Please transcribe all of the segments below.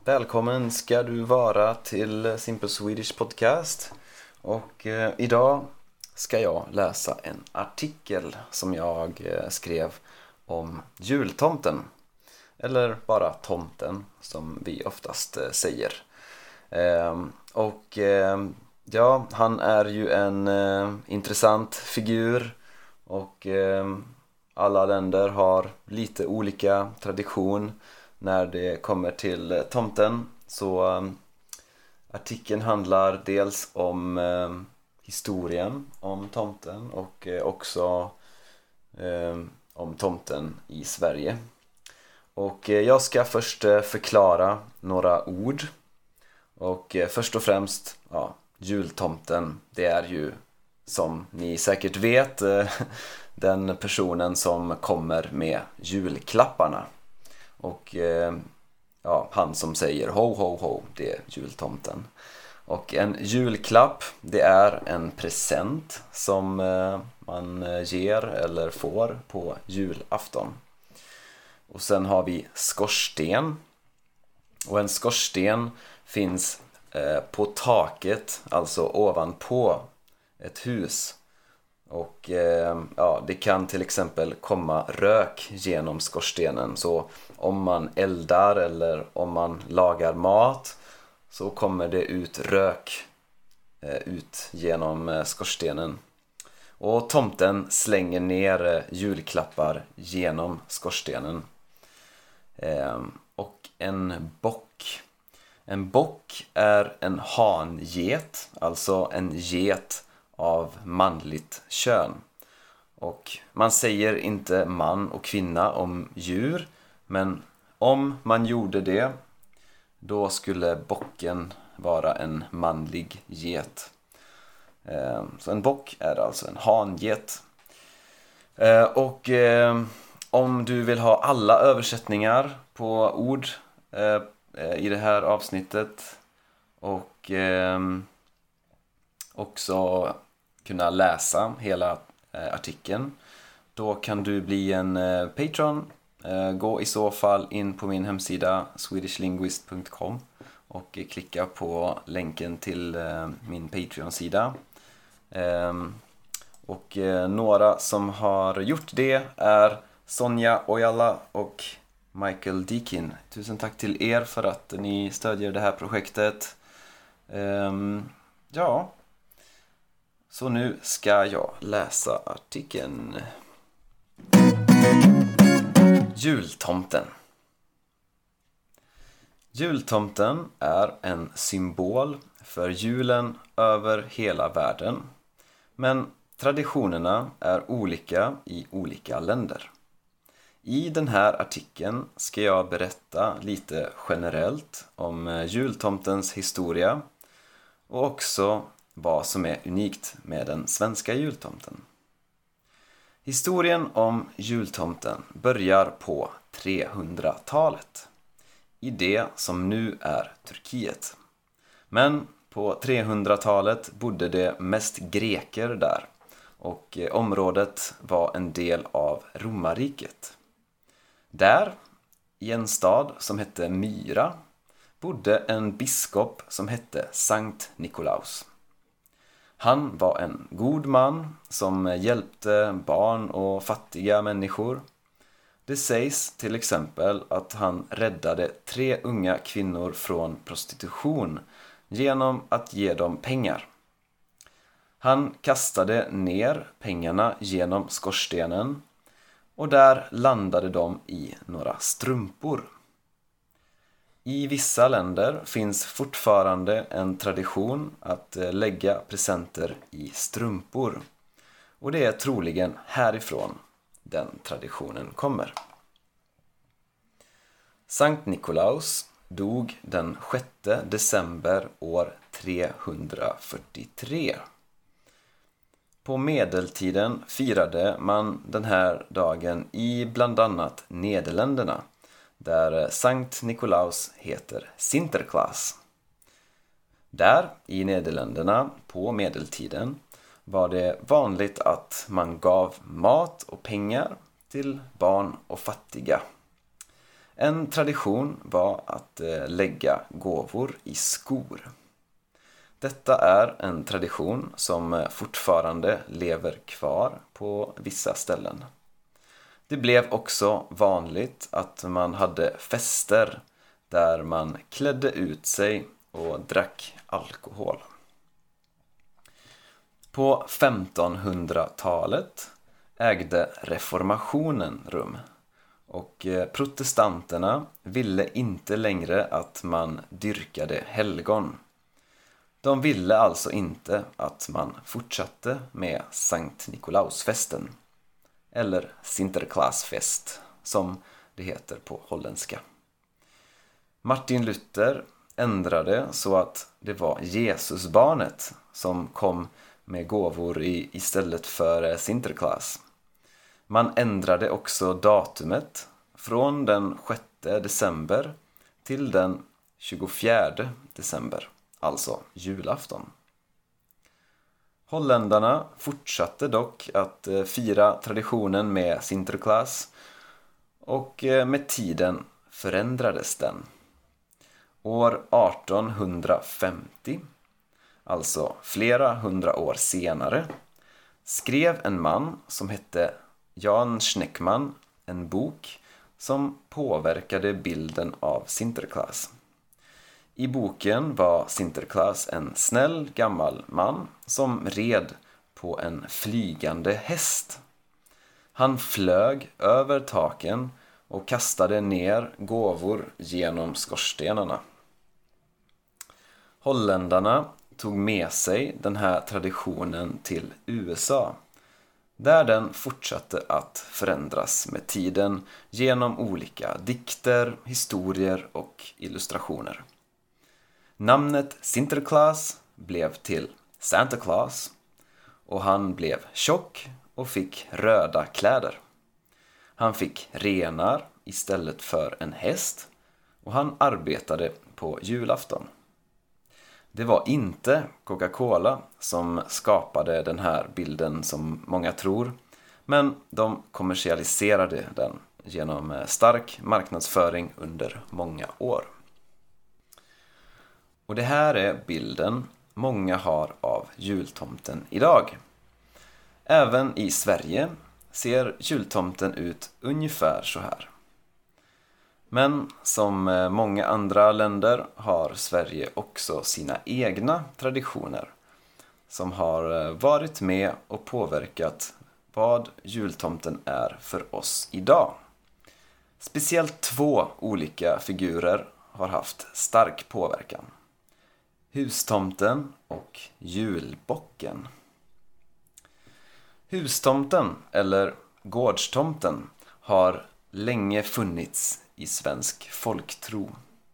Välkommen ska du vara till Simple Swedish Podcast. Och idag ska jag läsa en artikel som jag skrev om jultomten. Eller bara tomten som vi oftast säger. Ja, han är ju en intressant figur. Och alla länder har lite olika tradition när det kommer till tomten. Så artikeln handlar dels om historien om tomten och också om tomten i Sverige. Och jag ska först förklara några ord. Och först och främst, jultomten, det är ju, som ni säkert vet, den personen som kommer med julklapparna. Och han som säger ho ho ho, det är jultomten. Och en julklapp, det är en present som man ger eller får på julafton. Och sen har vi skorsten. Och en skorsten finns på taket, alltså ovanpå ett hus. Och det kan till exempel komma rök genom skorstenen. Så om man eldar eller om man lagar mat så kommer det ut rök ut genom skorstenen. Och tomten slänger ner julklappar genom skorstenen. Och en bock. En bock är en hanget, alltså en get av manligt kön. Och man säger inte man och kvinna om djur, men om man gjorde det, då skulle bocken vara en manlig get. Så en bock är alltså en hanget. Och om du vill ha alla översättningar på ord i det här avsnittet och också kunna läsa hela artikeln, då kan du bli en patron. Gå i så fall in på min hemsida swedishlinguist.com och klicka på länken till min Patreon-sida. Och några som har gjort det är Sonja Ojala och Michael Deakin. Tusen tack till er för att ni stödjer det här projektet. Så nu ska jag läsa artikeln. Jultomten. Jultomten är en symbol för julen över hela världen. Men traditionerna är olika i olika länder. I den här artikeln ska jag berätta lite generellt om jultomtens historia och också vad som är unikt med den svenska jultomten. Historien om jultomten börjar på 300-talet, i det som nu är Turkiet. Men på 300-talet bodde det mest greker där, och området var en del av romarriket. Där, i en stad som hette Myra, bodde en biskop som hette Sankt Nikolaus. Han var en god man som hjälpte barn och fattiga människor. Det sägs till exempel att han räddade 3 unga kvinnor från prostitution genom att ge dem pengar. Han kastade ner pengarna genom skorstenen och där landade de i några strumpor. I vissa länder finns fortfarande en tradition att lägga presenter i strumpor. Och det är troligen härifrån den traditionen kommer. Sankt Nikolaus dog den 6 december år 343. På medeltiden firade man den här dagen i bland annat Nederländerna, där Sankt Nikolaus heter Sinterklaas. Där i Nederländerna på medeltiden var det vanligt att man gav mat och pengar till barn och fattiga. En tradition var att lägga gåvor i skor. Detta är en tradition som fortfarande lever kvar på vissa ställen. Det blev också vanligt att man hade fester där man klädde ut sig och drack alkohol. På 1500-talet ägde reformationen rum och protestanterna ville inte längre att man dyrkade helgon. De ville alltså inte att man fortsatte med Sankt Nikolausfesten, eller Sinterklaasfest som det heter på holländska. Martin Luther ändrade så att det var Jesusbarnet som kom med gåvor istället för Sinterklaas. Man ändrade också datumet från den 6 december till den 24 december, alltså julafton. Holländarna fortsatte dock att fira traditionen med Sinterklaas och med tiden förändrades den. År 1850, alltså flera hundra år senare, skrev en man som hette Jan Schneckman en bok som påverkade bilden av Sinterklaas. I boken var Sinterklaas en snäll gammal man som red på en flygande häst. Han flög över taken och kastade ner gåvor genom skorstenarna. Holländarna tog med sig den här traditionen till USA, där den fortsatte att förändras med tiden genom olika dikter, historier och illustrationer. Namnet Sinterklaas blev till Santa Claus och han blev tjock och fick röda kläder. Han fick renar istället för en häst och han arbetade på julafton. Det var inte Coca-Cola som skapade den här bilden som många tror, men de kommersialiserade den genom stark marknadsföring under många år. Och det här är bilden många har av jultomten idag. Även i Sverige ser jultomten ut ungefär så här. Men som många andra länder har Sverige också sina egna traditioner som har varit med och påverkat vad jultomten är för oss idag. Speciellt 2 olika figurer har haft stark påverkan. Hustomten och julbocken. Hustomten, eller gårdstomten, har länge funnits i svensk folktro.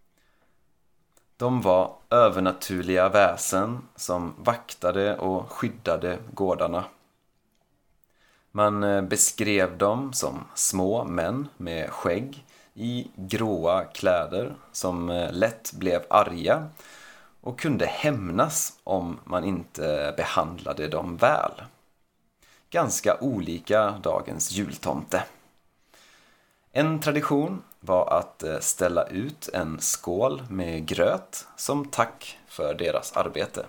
De var övernaturliga väsen som vaktade och skyddade gårdarna. Man beskrev dem som små män med skägg i gråa kläder som lätt blev arga och kunde hämnas om man inte behandlade dem väl. Ganska olika dagens jultomte. En tradition var att ställa ut en skål med gröt som tack för deras arbete.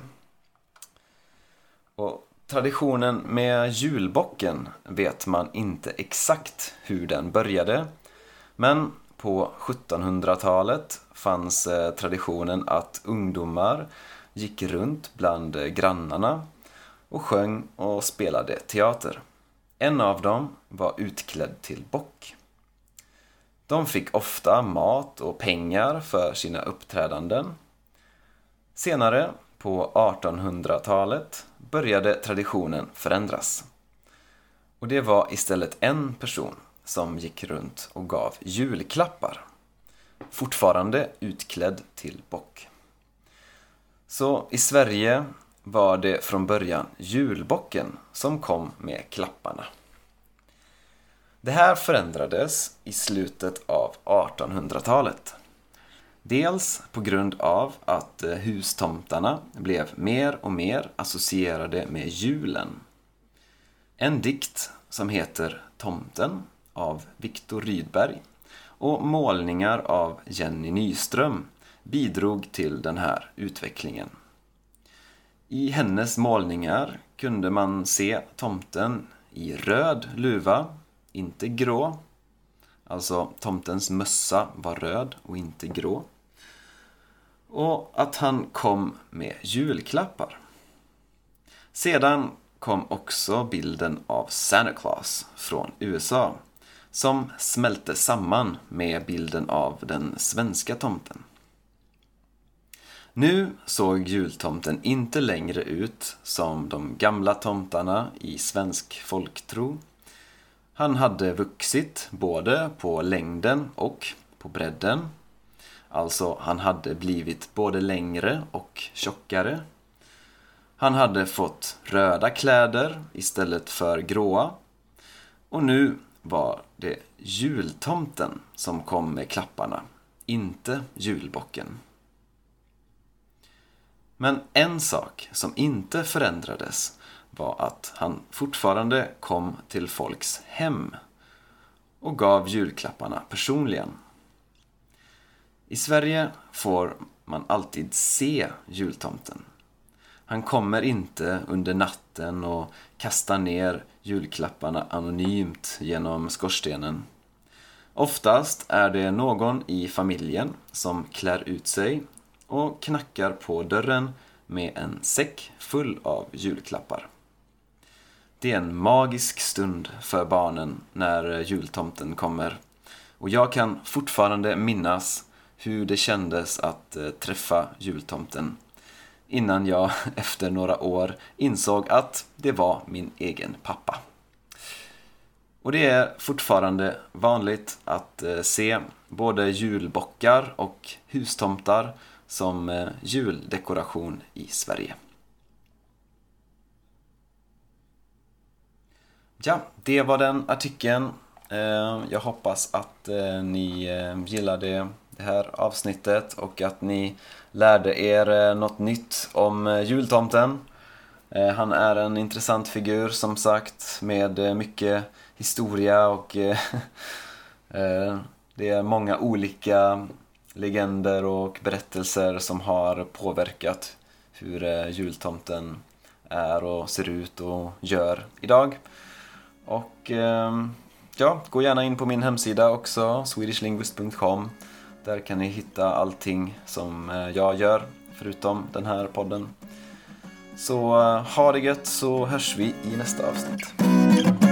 Och traditionen med julbocken vet man inte exakt hur den började, men på 1700-talet fanns traditionen att ungdomar gick runt bland grannarna och sjöng och spelade teater. En av dem var utklädd till bock. De fick ofta mat och pengar för sina uppträdanden. Senare, på 1800-talet, började traditionen förändras. Och det var istället en person som gick runt och gav julklappar. Fortfarande utklädd till bock. Så i Sverige var det från början julbocken som kom med klapparna. Det här förändrades i slutet av 1800-talet. Dels på grund av att hustomtarna blev mer och mer associerade med julen. En dikt som heter Tomten av Viktor Rydberg och målningar av Jenny Nyström bidrog till den här utvecklingen. I hennes målningar kunde man se tomten i röd luva, inte grå. Alltså tomtens mössa var röd och inte grå. Och att han kom med julklappar. Sedan kom också bilden av Santa Claus från USA, som smälte samman med bilden av den svenska tomten. Nu såg jultomten inte längre ut som de gamla tomtarna i svensk folktro. Han hade vuxit både på längden och på bredden. Alltså han hade blivit både längre och tjockare. Han hade fått röda kläder istället för gråa. Och nu var det jultomten som kom med klapparna, inte julbocken. Men en sak som inte förändrades var att han fortfarande kom till folks hem och gav julklapparna personligen. I Sverige får man alltid se jultomten. Han kommer inte under natten och kastar ner julklapparna anonymt genom skorstenen. Oftast är det någon i familjen som klär ut sig och knackar på dörren med en säck full av julklappar. Det är en magisk stund för barnen när jultomten kommer. Och jag kan fortfarande minnas hur det kändes att träffa jultomten, innan jag efter några år insåg att det var min egen pappa. Och det är fortfarande vanligt att se både julbockar och hustomtar som juldekoration i Sverige. Ja, det var den artikeln. Jag hoppas att ni gillade det här avsnittet och att ni lärde er något nytt om jultomten. Han är en intressant figur, som sagt, med mycket historia och det är många olika legender och berättelser som har påverkat hur jultomten är och ser ut och gör idag. Och ja, gå gärna in på min hemsida också, swedishlinguist.com. Där kan ni hitta allting som jag gör, förutom den här podden. Så ha det gött, så hörs vi i nästa avsnitt.